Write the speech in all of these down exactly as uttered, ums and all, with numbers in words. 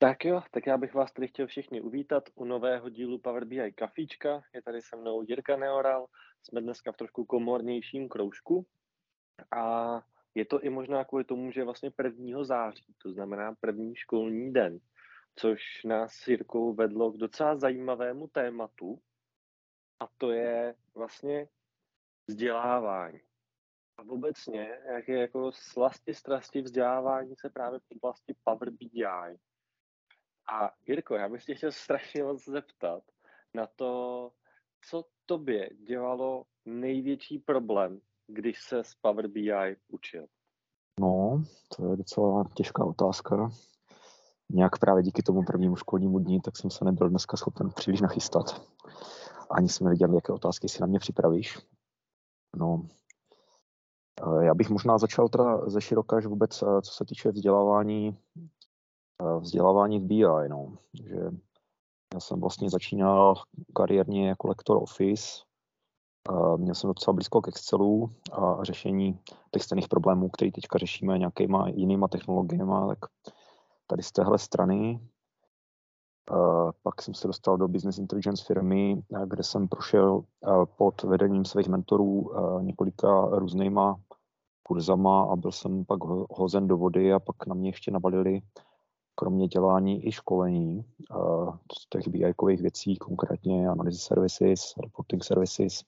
Tak jo, tak já bych vás tady chtěl všichni uvítat u nového dílu Power B I Kafíčka. Je tady se mnou Jirka Neoral, jsme dneska v trošku komornějším kroužku a je to i možná kvůli tomu, že je vlastně prvního září, to znamená první školní den, což nás s Jirkou vedlo k docela zajímavému tématu a to je vlastně vzdělávání. A obecně, jak je jako slasti strasti vzdělávání se právě v oblasti Power B I. A Jirko, já bych tě chtěl strašně moc zeptat na to, co tobě dělalo největší problém, když se s Power B I učil? No, to je docela těžká otázka. Nějak právě díky tomu prvnímu školnímu dni, tak jsem se nebyl dneska schopen příliš nachystat. Ani jsme věděli, jaké otázky si na mě připravíš. No, já bych možná začal teda ze široka, že vůbec, co se týče vzdělávání, vzdělávání v B I, no, že já jsem vlastně začínal kariérně jako lektor Office. Měl jsem docela blízko k Excelu a řešení těch stejných problémů, které teďka řešíme nějakýma jinýma technologiemi, tak tady z téhle strany. Pak jsem se dostal do business intelligence firmy, kde jsem prošel pod vedením svých mentorů několika různýma kurzama a byl jsem pak hozen do vody a pak na mě ještě navalili kromě dělání i školení z těch B I-kových věcí, konkrétně analysis services, reporting services.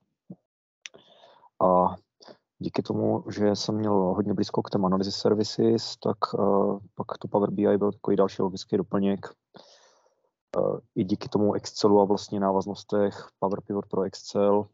A díky tomu, že jsem měl hodně blízko k těm analysis services, tak uh, pak to Power B I byl takový další logický doplněk. Uh, I díky tomu Excelu a vlastně návaznostech Power Pivot pro Excel.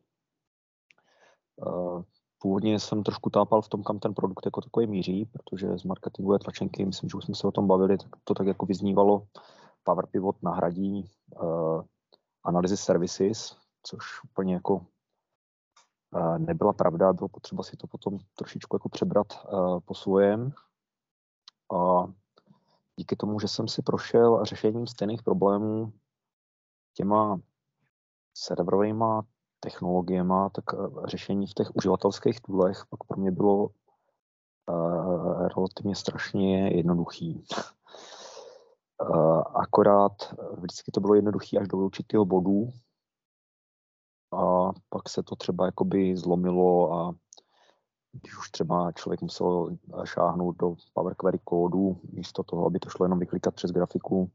Uh, původně jsem trošku tápal v tom, kam ten produkt jako takový míří, protože z marketingové tlačenky, myslím, že už jsme se o tom bavili, tak to tak jako vyznívalo. Power Pivot nahradí uh, analysis services, což úplně jako nebyla pravda, bylo potřeba si to potom trošičku jako přebrat uh, po svojem. A díky tomu, že jsem si prošel řešením stejných problémů těma serverovýma technologiemi, tak uh, řešení v těch uživatelských toolech pak pro mě bylo uh, relativně strašně jednoduchý. uh, akorát vždycky to bylo jednoduchý až do určitého bodu, a pak se to třeba jakoby zlomilo a když už třeba člověk musel šáhnout do Power Query kódu, místo toho, aby to šlo jenom vyklikat přes grafiku,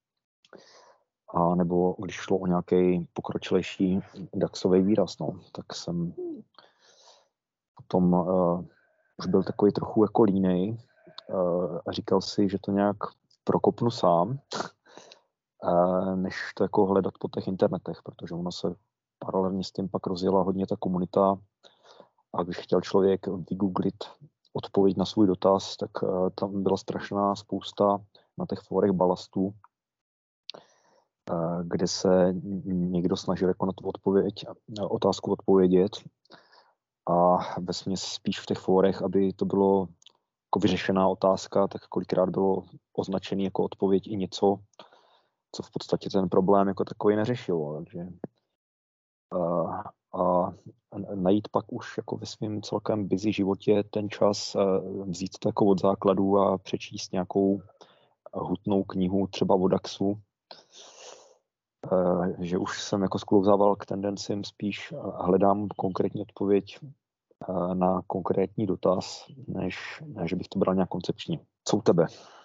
a nebo když šlo o nějaký pokročilejší DAXový výraz, no, tak jsem potom uh, už byl takový trochu jako línej uh, a říkal si, že to nějak prokopnu sám, uh, než to jako hledat po těch internetech, protože ono se paralelně s tím pak rozjela hodně ta komunita a když chtěl člověk vygooglit odpověď na svůj dotaz, tak uh, tam byla strašná spousta na těch fórech balastů, uh, kde se někdo snažil jako na tu odpověď, na otázku odpovědět a vesměs spíš v těch fórech, aby to bylo jako vyřešená otázka, tak kolikrát bylo označený jako odpověď i něco, co v podstatě ten problém jako takový neřešilo. Takže uh, a najít pak už jako ve svém celkem busy životě ten čas, vzít to jako od základu a přečíst nějakou hutnou knihu třeba o DAXu, že už jsem jako sklouzával k tendencím, spíš hledám konkrétní odpověď na konkrétní dotaz, než, než bych to bral nějak koncepčně. Co u tebe?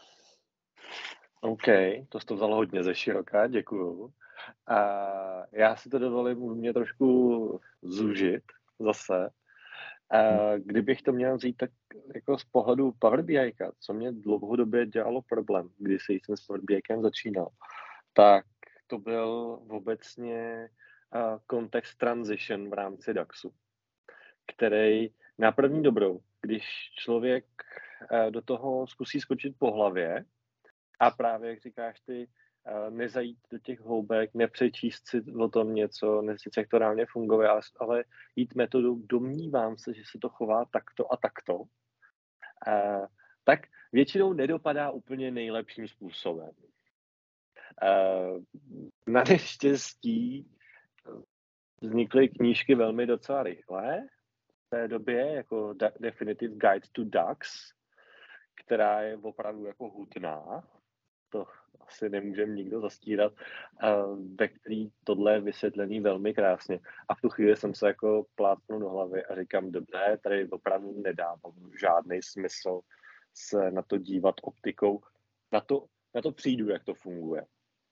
OK, to jsi to vzal hodně ze široka, děkuju. A já si to dovolím mě trošku zúžit zase. A kdybych to měl vzít tak jako z pohledu Power B I, co mě dlouhodobě dělalo problém, když jsem s Power B I začínal, tak to byl obecně uh, context transition v rámci DAXu, který na první dobrou, když člověk uh, do toho zkusí skočit po hlavě a právě, jak říkáš ty, uh, nezajít do těch hloubek, nepřečíst si o tom něco, nezjistit, jak to reálně funguje, ale, ale jít metodou, domnívám se, že se to chová takto a takto, uh, tak většinou nedopadá úplně nejlepším způsobem. Uh, na neštěstí vznikly knížky velmi docela rychle v té době, jako De- Definitive Guide to DAX, která je opravdu jako hutná. To asi nemůžeme nikdo zastírat, ve který tohle je vysvětlený velmi krásně. A v tu chvíli jsem se jako plácnul do hlavy a říkám, dobře, tady opravdu nedává žádný smysl se na to dívat optikou. Na to, na to přijdu, jak to funguje.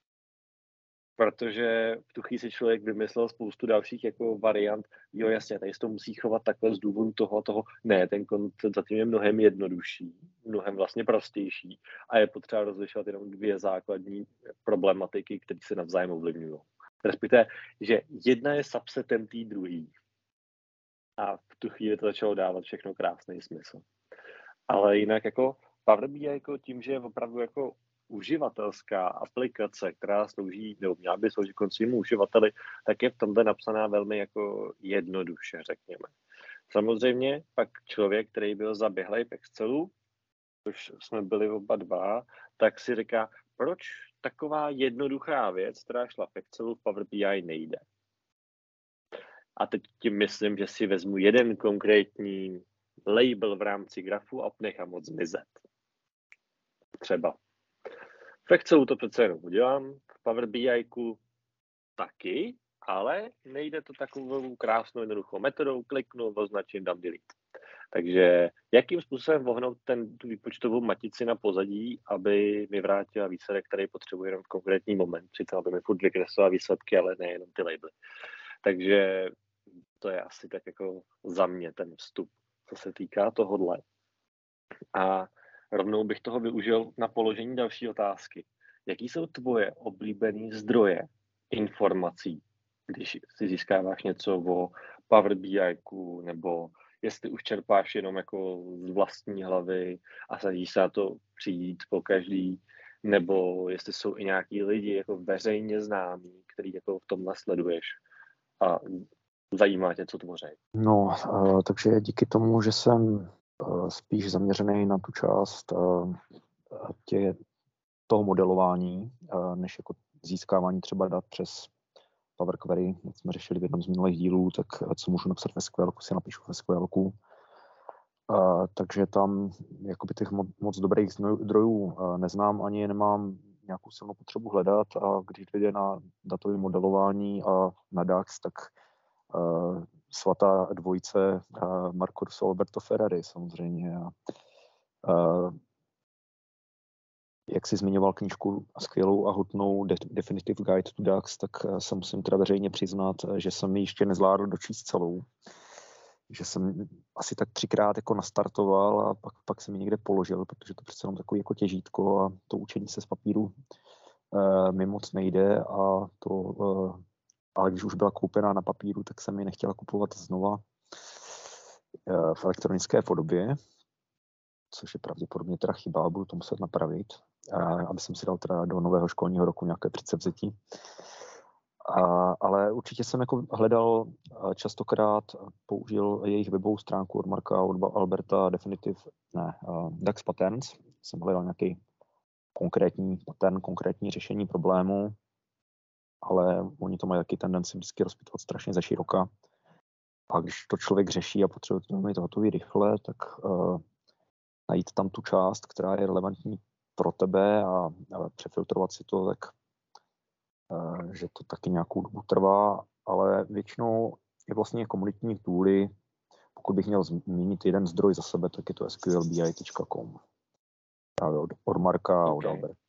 Protože v tu chvíli si člověk vymyslel spoustu dalších jako variant. Jo, jasně, tady se to musí chovat takhle z důvodu toho, toho. Ne, ten koncept zatím je mnohem jednodušší, mnohem vlastně prostější a je potřeba rozlišovat jenom dvě základní problematiky, které se navzájem ovlivňují. Respektive, že jedna je subsetem té druhý. A v tu chvíli to začalo dávat všechno krásný smysl. Ale jinak jako Power B I jako tím, že je opravdu jako uživatelská aplikace, která slouží, nebo měla by sloužit koncovým uživateli, tak je v tomhle napsaná velmi jako jednoduše, řekněme. Samozřejmě pak člověk, který byl zaběhlej v Excelu, což jsme byli oba dva, tak si říká, proč taková jednoduchá věc, která šla v Excelu, v Power B I nejde. A teď tím myslím, že si vezmu jeden konkrétní label v rámci grafu a nechám moc zmizet. Třeba. V Excelu to přece jenom udělám, v Power B I ku taky, ale nejde to takovou krásnou jednoduchou metodou, kliknu, označím, dám delete. Takže jakým způsobem vohnout ten, tu výpočtovou matici na pozadí, aby mi vrátila výsledek, který potřebuji jenom v konkrétní moment, přitom aby mi furt vykreslila výsledky, ale nejenom ty labely. Takže to je asi tak jako za mě ten vstup, co se týká tohodle. A rovnou bych toho využil na položení další otázky. Jaký jsou tvoje oblíbené zdroje informací, když si získáváš něco o Power B I ku, nebo jestli už čerpáš jenom jako z vlastní hlavy a snažíš se na to přijít po každý, nebo jestli jsou i nějaký lidi jako veřejně známí, který jako v tomhle sleduješ a zajímá tě, co tvoří. No, uh, takže díky tomu, že jsem uh, spíš zaměřený na tu část uh, tě, toho modelování, uh, než jako získávání třeba dat přes Power Query, jak jsme řešili v jednom z minulých dílů, tak co můžu napsat ve S Q L, si napíšu ve S Q L. Uh, takže tam jakoby těch mo- moc dobrých zdrojů uh, neznám, ani nemám nějakou silnou potřebu hledat a když jde na datové modelování a na DAX, tak uh, svatá dvojice uh, Marco Russo, Alberto Ferrari samozřejmě. A, uh, jak jsi zmiňoval knížku skvělou a hutnou Definitive Guide to DAX, tak se musím teda veřejně přiznat, že jsem ji ještě nezvládl dočíst celou. Že jsem asi tak třikrát jako nastartoval a pak, pak jsem ji někde položil, protože to přece jenom takový jako těžítko a to učení se z papíru e, mi moc nejde a to, e, ale když už byla koupená na papíru, tak jsem ji nechtěla kupovat znova e, v elektronické podobě, což je pravděpodobně teda chyba, budu to muset napravit, e, aby jsem si dal teda do nového školního roku nějaké předsevzetí. A, ale určitě jsem jako hledal, častokrát použil jejich webovou stránku od Marka, od Alberta, Definitive, ne, uh, DAX Patterns. Jsem hledal nějaký konkrétní pattern, konkrétní řešení problému, ale oni to mají taky tendenci vždycky rozpitovat strašně za široka. A když to člověk řeší a potřebuje to mít hotový rychle, tak uh, najít tam tu část, která je relevantní pro tebe a, a přefiltrovat si to, tak že to taky nějakou dobu trvá, ale většinou je vlastně komunitní tooly, pokud bych měl zmínit jeden zdroj za sebe, tak je to S Q L B I tečka com. Právě od, od Marka a okay. od Alberta.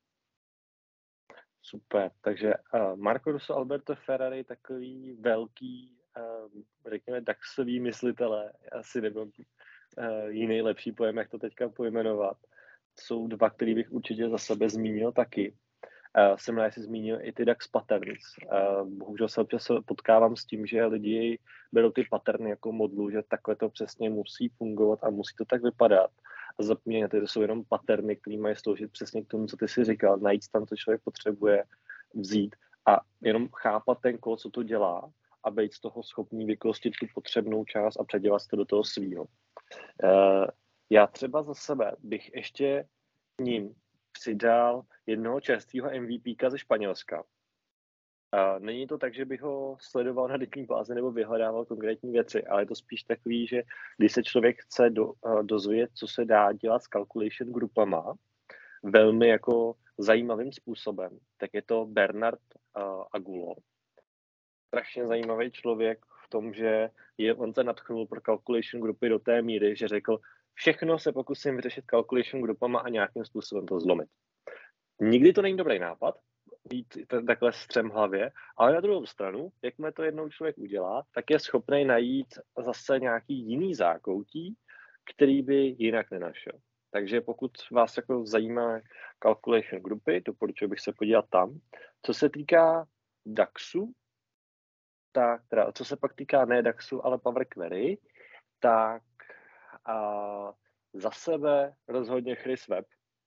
Super, takže uh, Marco Russo, Alberto Ferrari, takový velký, uh, řekněme, DAXový myslitelé, asi nebo uh, jiný lepší pojem, jak to teďka pojmenovat. Jsou dva, který bych určitě za sebe zmínil taky. Uh, jsem rád, si zmínil i ty DAX patterns. Uh, bohužel se občas potkávám s tím, že lidi berou ty patterny jako modlu, že takhle to přesně musí fungovat a musí to tak vypadat. A zapomínají, to jsou jenom patterny, které mají sloužit přesně k tomu, co ty si říkal, najít tam, co člověk potřebuje vzít a jenom chápat ten kód, co to dělá a být z toho schopný vykostit tu potřebnou část a předělat to do toho svýho. Uh, já třeba za sebe bych ještě ním přidal jednoho čerstvého M V P ka ze Španělska. A není to tak, že bych ho sledoval na denní bázi nebo vyhledával konkrétní věci, ale je to spíš takový, že když se člověk chce do, uh, dozvědět, co se dá dělat s calculation grupama, velmi jako zajímavým způsobem, tak je to Bernard uh, Agulo. Strašně zajímavý člověk v tom, že je, on se nadchnul pro calculation grupy do té míry, že řekl, všechno se pokusím vyřešit calculation grupama a nějakým způsobem to zlomit. Nikdy to není dobrý nápad, mít takhle střem v hlavě, ale na druhou stranu, jakmile to jednou člověk udělá, tak je schopný najít zase nějaký jiný zákoutí, který by jinak nenašel. Takže pokud vás jako zajímá calculation grupy, doporučuji bych se podívat tam. Co se týká DAXu, tak, teda, co se pak týká ne DAXu, ale Power Query, tak a za sebe rozhodně Chris Webb.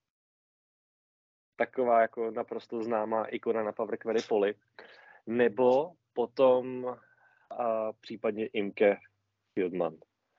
Taková jako naprosto známá ikona na Power Query poli. Nebo potom a případně Imke Fieldman.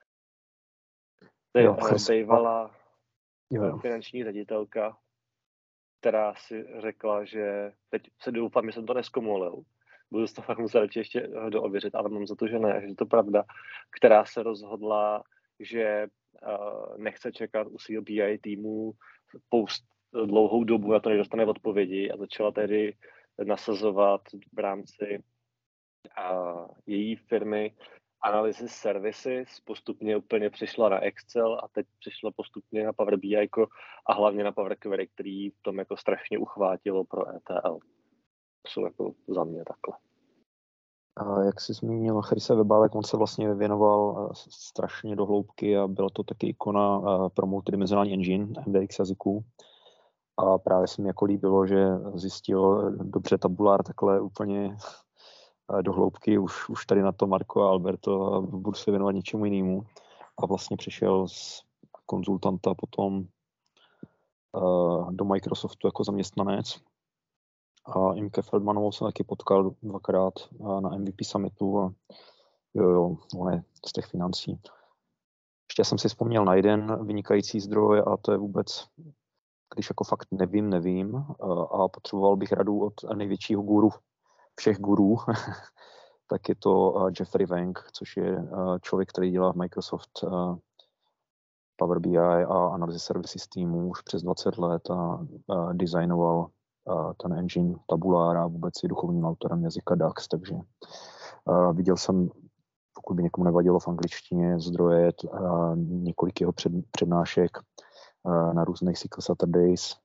To je bývalá finanční ředitelka, která si řekla, že teď se doufám, že jsem to neskomolil. Budu to fakt muset radši ještě doověřit, ale mám za to, že ne, že je to pravda, která se rozhodla, že uh, nechce čekat u svého B I týmu post dlouhou dobu na to, než dostane odpovědi a začala tedy nasazovat v rámci uh, její firmy Analysis Services, postupně úplně přišla na Excel a teď přišla postupně na Power B I a hlavně na Power Query, který v tom jako strašně uchvátilo pro E T L. To jsou jako za mě takhle. A jak jsi zmínil Chrise Webba, tak on se vlastně věnoval strašně do hloubky a byla to taky ikona pro multidimenzionální engine M D X jazyků. A právě se mi jako líbilo, že zjistil dobře tabulár takhle úplně do hloubky. Už, už tady na to Marko a Alberto a budu se věnovat něčemu jinému. A vlastně přišel z konzultanta potom do Microsoftu jako zaměstnanec. A Imke Feldmanovou jsem taky potkal dvakrát na M V P Summitu a jo, jo, on je z těch financí. Ještě jsem si vzpomněl na jeden vynikající zdroj a to je vůbec, když jako fakt nevím, nevím a potřeboval bych radu od největšího guru všech gurů, tak je to Jeffrey Wang, což je člověk, který dělá v Microsoft Power B I a Analysis Services týmu už přes dvacet let a designoval ten engine tabulára, vůbec je duchovním autorem jazyka DAX, takže uh, viděl jsem, pokud by někomu nevadilo v angličtině, zdroje uh, několik jeho před, přednášek uh, na různých S Q L Saturdays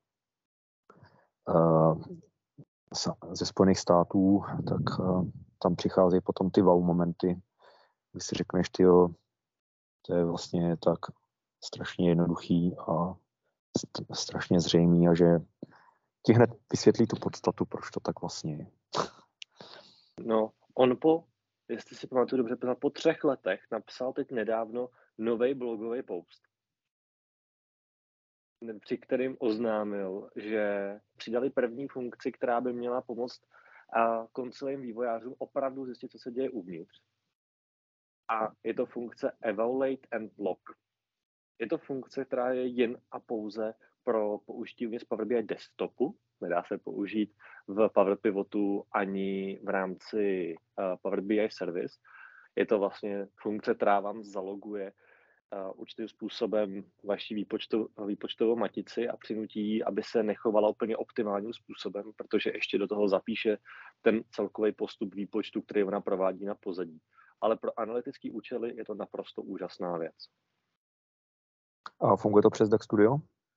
uh, ze Spojených států, tak uh, tam přicházejí potom ty wow momenty, kdy si řekneš, tyjo, to je vlastně tak strašně jednoduchý a st- strašně zřejmý a že ti hned vysvětlí tu podstatu, proč to tak vlastně je. No, on po, jestli si pamatuju dobře, po třech letech napsal teď nedávno nový blogový post, při kterým oznámil, že přidali první funkci, která by měla pomoct a koncovým vývojářům opravdu zjistit, co se děje uvnitř. A je to funkce Evaluate and Log. Je to funkce, která je jen a pouze pro použití uvnitř Power B I desktopu. Nedá se použít v Power Pivotu ani v rámci uh, Power B I Service. Je to vlastně funkce, která vám zaloguje uh, určitým způsobem vaši výpočtu, výpočtovou matici a přinutí, aby se nechovala úplně optimálním způsobem, protože ještě do toho zapíše ten celkový postup výpočtu, který ona provádí na pozadí. Ale pro analytické účely je to naprosto úžasná věc. A funguje to přes DAX Studio?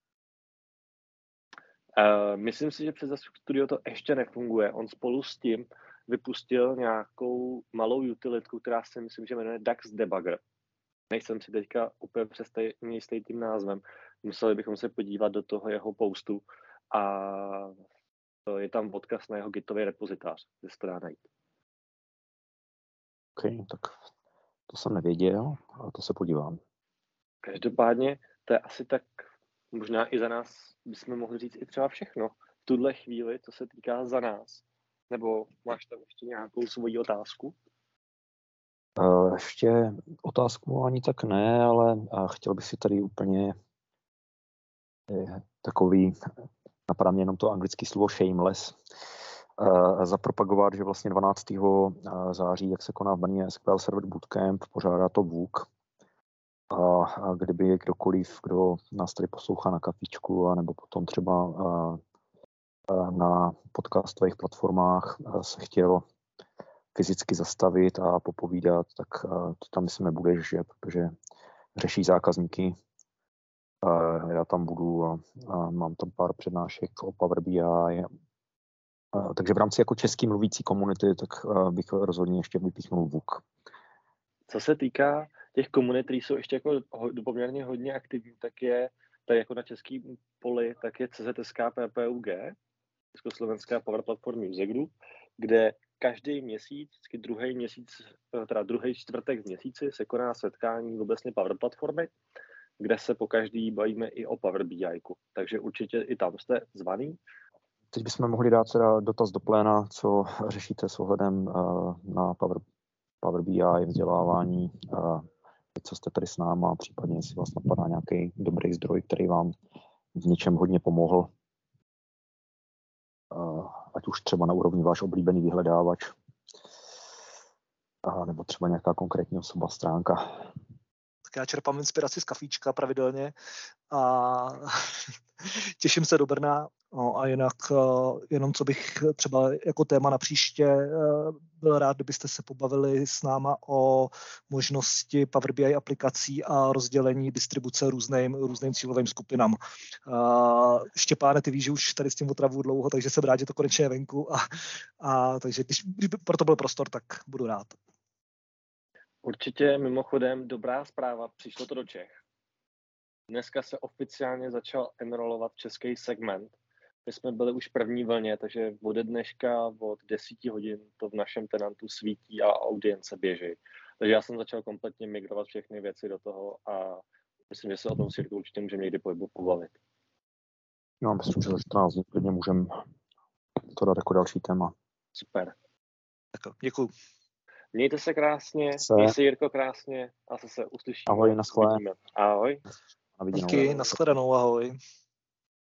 Uh, myslím si, že přes DAX Studio to ještě nefunguje. On spolu s tím vypustil nějakou malou utilitku, která si myslím, že jmenuje DAX Debugger. Nejsem si teďka úplně přesně jistý tím názvem. Museli bychom se podívat do toho jeho postu a je tam odkaz na jeho gitový repozitář, kde se to dá najít. OK, tak to jsem nevěděl, ale to se podívám. Každopádně to je asi tak, možná i za nás bychom mohli říct i třeba všechno v tuhle chvíli, co se týká za nás. Nebo máš tam ještě nějakou svoji otázku? Uh, ještě otázku ani tak ne, ale uh, chtěl bych si tady úplně eh, takový, napadá mě jenom to anglické slovo shameless, uh, zapropagovat, že vlastně dvanáctého září, jak se koná v Brně S Q L Server Bootcamp, pořádá to V U K. A, a kdyby kdokoliv, kdo nás tady poslouchá na kafičku, anebo potom třeba uh, na podcastových platformách se chtěl fyzicky zastavit a popovídat, tak to tam myslím nebudeš, že, protože řeší zákazníky. Já tam budu a, a mám tam pár přednášek o Power B I. Takže v rámci jako český mluvící komunity, tak bych rozhodně ještě vypíchnul V U K. Co se týká těch komunit, které jsou ještě jako poměrně hodně aktivní, tak je tak jako na český poli, tak je C Z S K P P U G, Československá Power Platform Music Group, kde každý měsíc, vždycky druhý měsíc, teda druhý čtvrtek v měsíci se koná setkání obecně Power Platformy, kde se po každý bavíme i o Power B I ku. Takže určitě i tam jste zvaný. Teď bychom mohli dát teda dotaz do pléna, co řešíte s ohledem na Power, Power B I, vzdělávání, co jste tady s náma, případně jestli vás napadá nějaký dobrý zdroj, který vám v něčem hodně pomohl. Ať už třeba na úrovni váš oblíbený vyhledávač, nebo třeba nějaká konkrétní osoba, stránka. Tak já čerpám inspiraci z kafíčka pravidelně a těším se do Brna. No a jinak jenom co bych třeba jako téma na příště byl rád, kdybyste se pobavili s náma o možnosti Power B I aplikací a rozdělení distribuce různým, různým cílovým skupinám. Štěpáne, ty víš, že už tady s tím otravuju dlouho, takže jsem rád, že to konečně je venku a, a takže když, když by proto byl prostor, tak budu rád. Určitě mimochodem dobrá zpráva, přišlo to do Čech. Dneska se oficiálně začal enrolovat český segment. My jsme byli už v první vlně, takže ode dneška od deseti hodin to v našem tenantu svítí a audience běží. Takže já jsem začal kompletně migrovat všechny věci do toho a myslím, že se o tom si určitě můžeme někdy pobavit. No, myslím, že za čtrnáct dní klidně můžeme to dát jako další téma. Super. Tak, děkuju. Mějte se krásně, se. Měj se Jirko krásně a se se uslyšíme. Ahoj, naschle. Ahoj. Na viděnou. Díky, nashledanou, ahoj.